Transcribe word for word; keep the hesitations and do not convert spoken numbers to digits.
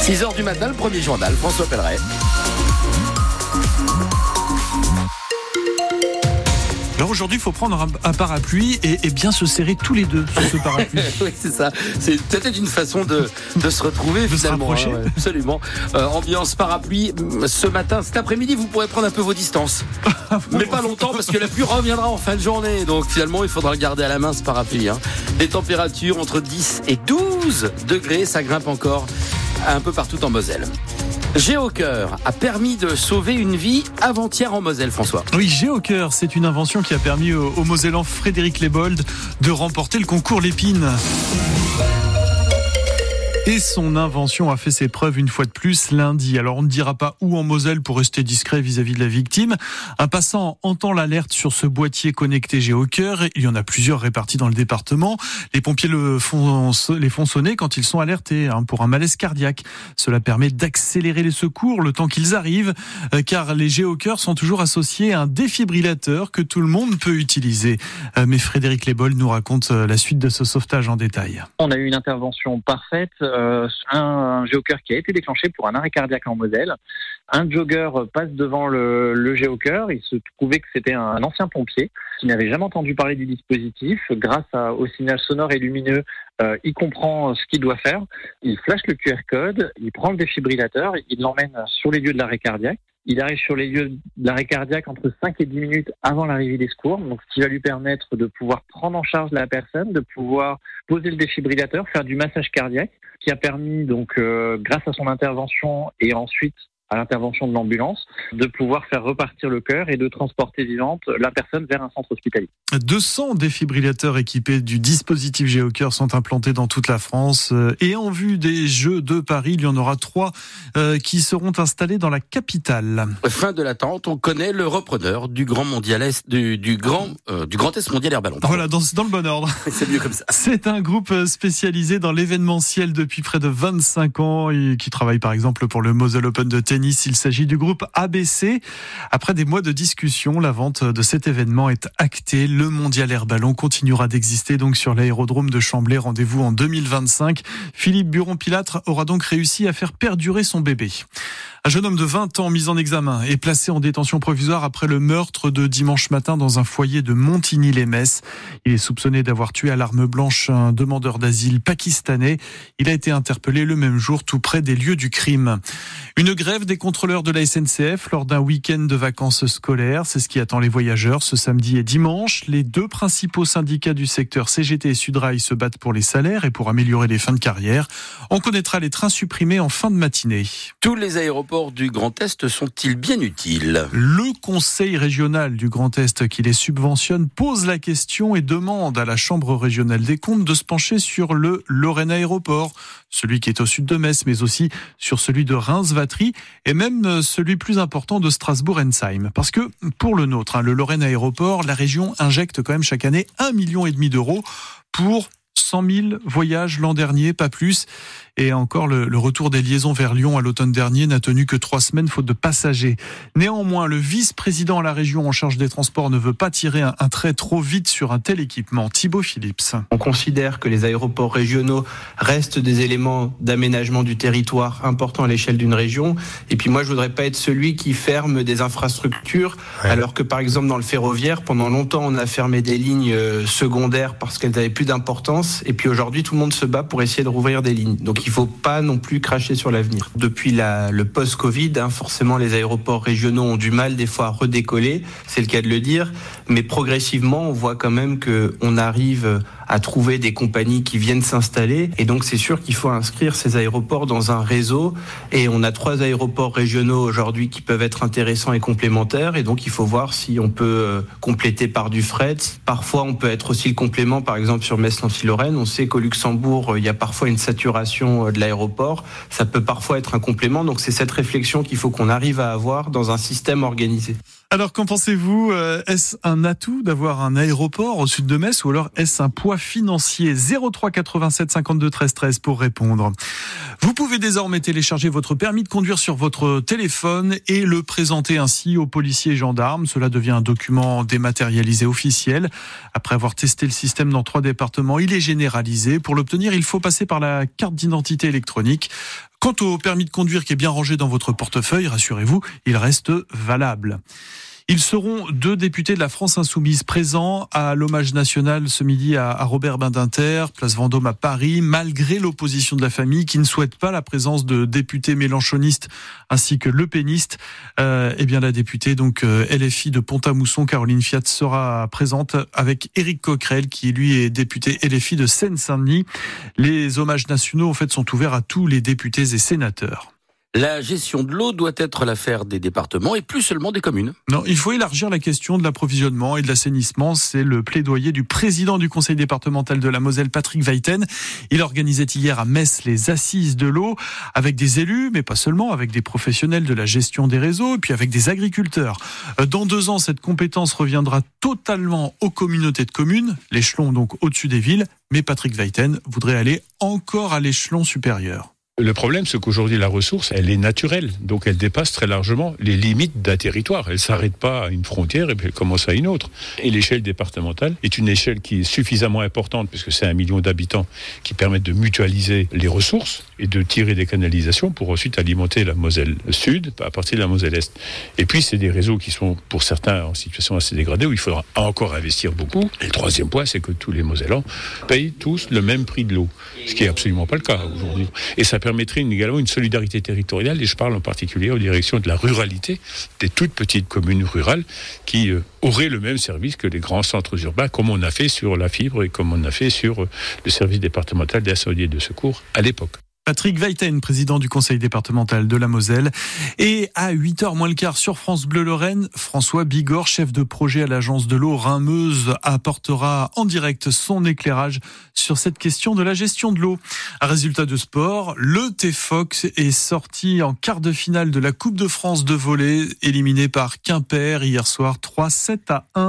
six heures du matin, le premier journal, François Pelleret. Alors aujourd'hui, il faut prendre un, un parapluie et, et bien se serrer tous les deux sur ce parapluie. Oui, c'est ça. C'est peut-être une façon de, de se retrouver de finalement. Se hein, ouais, absolument. Euh, ambiance parapluie. Ce matin, cet après-midi, vous pourrez prendre un peu vos distances. Mais pas longtemps parce que la pluie reviendra en fin de journée. Donc finalement, il faudra le garder à la main, ce parapluie. Hein. Des températures entre dix et douze degrés. Ça grimpe encore un peu partout en Moselle. Géocœur a permis de sauver une vie avant-hier en Moselle, François. Oui, Géocœur, c'est une invention qui a permis au, au Mosellan Frédéric Lebold de remporter le concours Lépine. Et son invention a fait ses preuves une fois de plus lundi. Alors on ne dira pas où en Moselle pour rester discret vis-à-vis de la victime. Un passant entend l'alerte sur ce boîtier connecté Géocœur. Il y en a plusieurs répartis dans le département. Les pompiers le font, les font sonner quand ils sont alertés hein, pour un malaise cardiaque. Cela permet d'accélérer les secours le temps qu'ils arrivent, euh, car les Géocœurs sont toujours associés à un défibrillateur que tout le monde peut utiliser. Euh, mais Frédéric Lebold nous raconte la suite de ce sauvetage en détail. On a eu une intervention parfaite. Euh, un, un Géocœur qui a été déclenché pour un arrêt cardiaque en Moselle. Un jogger passe devant le, le Géocœur. Il se trouvait que c'était un ancien pompier qui n'avait jamais entendu parler du dispositif. Grâce à, au signal sonore et lumineux, euh, il comprend ce qu'il doit faire. Il flash le Q R code, il prend le défibrillateur, il l'emmène sur les lieux de l'arrêt cardiaque. Il arrive sur les lieux de l'arrêt cardiaque entre cinq et dix minutes avant l'arrivée des secours, donc ce qui va lui permettre de pouvoir prendre en charge la personne, de pouvoir poser le défibrillateur, faire du massage cardiaque, qui a permis donc euh, grâce à son intervention et ensuite à l'intervention de l'ambulance, de pouvoir faire repartir le cœur et de transporter vivante la personne vers un centre hospitalier. deux cents défibrillateurs équipés du dispositif Géocœur sont implantés dans toute la France. Et en vue des Jeux de Paris, il y en aura trois euh, qui seront installés dans la capitale. Fin de l'attente, on connaît le repreneur du Grand Mondial Est, du, du Grand euh, du Grand Est Mondial Air Ballon. Voilà, dans, dans le bon ordre. C'est mieux comme ça. C'est un groupe spécialisé dans l'événementiel depuis près de vingt-cinq ans et qui travaille par exemple pour le Moselle Open de tennis. Il s'agit du groupe A B C. Après des mois de discussion, la vente de cet événement est actée. Le Mondial Air Ballon continuera d'exister donc sur l'aérodrome de Chambly. Rendez-vous en deux mille vingt-cinq. Philippe Buron-Pilâtre aura donc réussi à faire perdurer son bébé. Un jeune homme de vingt ans mis en examen est placé en détention provisoire après le meurtre de dimanche matin dans un foyer de Montigny-les-Metz. Il est soupçonné d'avoir tué à l'arme blanche un demandeur d'asile pakistanais. Il a été interpellé le même jour tout près des lieux du crime. Une grève des contrôleurs de la S N C F lors d'un week-end de vacances scolaires. C'est ce qui attend les voyageurs ce samedi et dimanche. Les deux principaux syndicats du secteur, C G T et Sudrail, se battent pour les salaires et pour améliorer les fins de carrière. On connaîtra les trains supprimés en fin de matinée. Tous les aéroports du Grand Est sont-ils bien utiles ? Le Conseil régional du Grand Est qui les subventionne pose la question et demande à la Chambre régionale des comptes de se pencher sur le Lorraine Aéroport, celui qui est au sud de Metz, mais aussi sur celui de Reims-Vatry et même celui plus important de Strasbourg-Ensheim. Parce que pour le nôtre, hein, le Lorraine Aéroport, la région injecte quand même chaque année un million et demi d'euros pour cent mille voyages l'an dernier, pas plus. Et encore, le, le retour des liaisons vers Lyon à l'automne dernier n'a tenu que trois semaines faute de passagers. Néanmoins, le vice-président à la région en charge des transports ne veut pas tirer un, un trait trop vite sur un tel équipement. Thibaut Phillips. On considère que les aéroports régionaux restent des éléments d'aménagement du territoire importants à l'échelle d'une région. Et puis moi, je voudrais pas être celui qui ferme des infrastructures, ouais. Alors que par exemple dans le ferroviaire, pendant longtemps, on a fermé des lignes secondaires parce qu'elles n'avaient plus d'importance. Et puis aujourd'hui, tout le monde se bat pour essayer de rouvrir des lignes. Donc il ne faut pas non plus cracher sur l'avenir. Depuis la, le post-Covid, hein, forcément les aéroports régionaux ont du mal des fois à redécoller, c'est le cas de le dire, mais progressivement on voit quand même qu'on arrive à trouver des compagnies qui viennent s'installer et donc c'est sûr qu'il faut inscrire ces aéroports dans un réseau et on a trois aéroports régionaux aujourd'hui qui peuvent être intéressants et complémentaires et donc il faut voir si on peut compléter par du fret. Parfois on peut être aussi le complément, par exemple sur Metz-Nancy-Lorraine, on sait qu'au Luxembourg il y a parfois une saturation de l'aéroport, ça peut parfois être un complément, donc c'est cette réflexion qu'il faut qu'on arrive à avoir dans un système organisé. Alors qu'en pensez-vous ? Est-ce un atout d'avoir un aéroport au sud de Metz ou alors est-ce un poids financier ? zéro trois quatre-vingt-sept cinquante-deux treize treize pour répondre. Vous pouvez désormais télécharger votre permis de conduire sur votre téléphone et le présenter ainsi aux policiers et gendarmes. Cela devient un document dématérialisé officiel. Après avoir testé le système dans trois départements, il est généralisé. Pour l'obtenir, il faut passer par la carte d'identité électronique. Quant au permis de conduire qui est bien rangé dans votre portefeuille, rassurez-vous, il reste valable. Ils seront deux députés de la France Insoumise présents à l'hommage national ce midi à Robert Badinter, place Vendôme à Paris, malgré l'opposition de la famille qui ne souhaite pas la présence de députés mélenchonistes ainsi que lepénistes. Euh, eh bien, la députée donc euh, L F I de Pont-à-Mousson, Caroline Fiat, sera présente avec Éric Coquerel, qui lui est député L F I de Seine-Saint-Denis. Les hommages nationaux en fait sont ouverts à tous les députés et sénateurs. La gestion de l'eau doit être l'affaire des départements et plus seulement des communes. Non, il faut élargir la question de l'approvisionnement et de l'assainissement. C'est le plaidoyer du président du conseil départemental de la Moselle, Patrick Weiten. Il organisait hier à Metz les assises de l'eau avec des élus, mais pas seulement, avec des professionnels de la gestion des réseaux et puis avec des agriculteurs. Dans deux ans, cette compétence reviendra totalement aux communautés de communes, l'échelon donc au-dessus des villes. Mais Patrick Weiten voudrait aller encore à l'échelon supérieur. Le problème, c'est qu'aujourd'hui, la ressource, elle est naturelle. Donc, elle dépasse très largement les limites d'un territoire. Elle ne s'arrête pas à une frontière et puis elle commence à une autre. Et l'échelle départementale est une échelle qui est suffisamment importante, puisque c'est un million d'habitants, qui permettent de mutualiser les ressources et de tirer des canalisations pour ensuite alimenter la Moselle Sud à partir de la Moselle Est. Et puis, c'est des réseaux qui sont, pour certains, en situation assez dégradée, où il faudra encore investir beaucoup. Et le troisième point, c'est que tous les Mosellans payent tous le même prix de l'eau, ce qui n'est absolument pas le cas aujourd'hui. Et ça permettrait une, également une solidarité territoriale, et je parle en particulier aux directions de la ruralité, des toutes petites communes rurales qui euh, auraient le même service que les grands centres urbains, comme on a fait sur la fibre et comme on a fait sur euh, le service départemental d'incendie et de secours à l'époque. Patrick Weiten, président du conseil départemental de la Moselle. Et à huit heures moins le quart sur France Bleu Lorraine, François Bigorre, chef de projet à l'agence de l'eau Rhin-Meuse, apportera en direct son éclairage sur cette question de la gestion de l'eau. Un résultat de sport, le T-Fox est sorti en quart de finale de la Coupe de France de volley, éliminé par Quimper hier soir trois sept à un.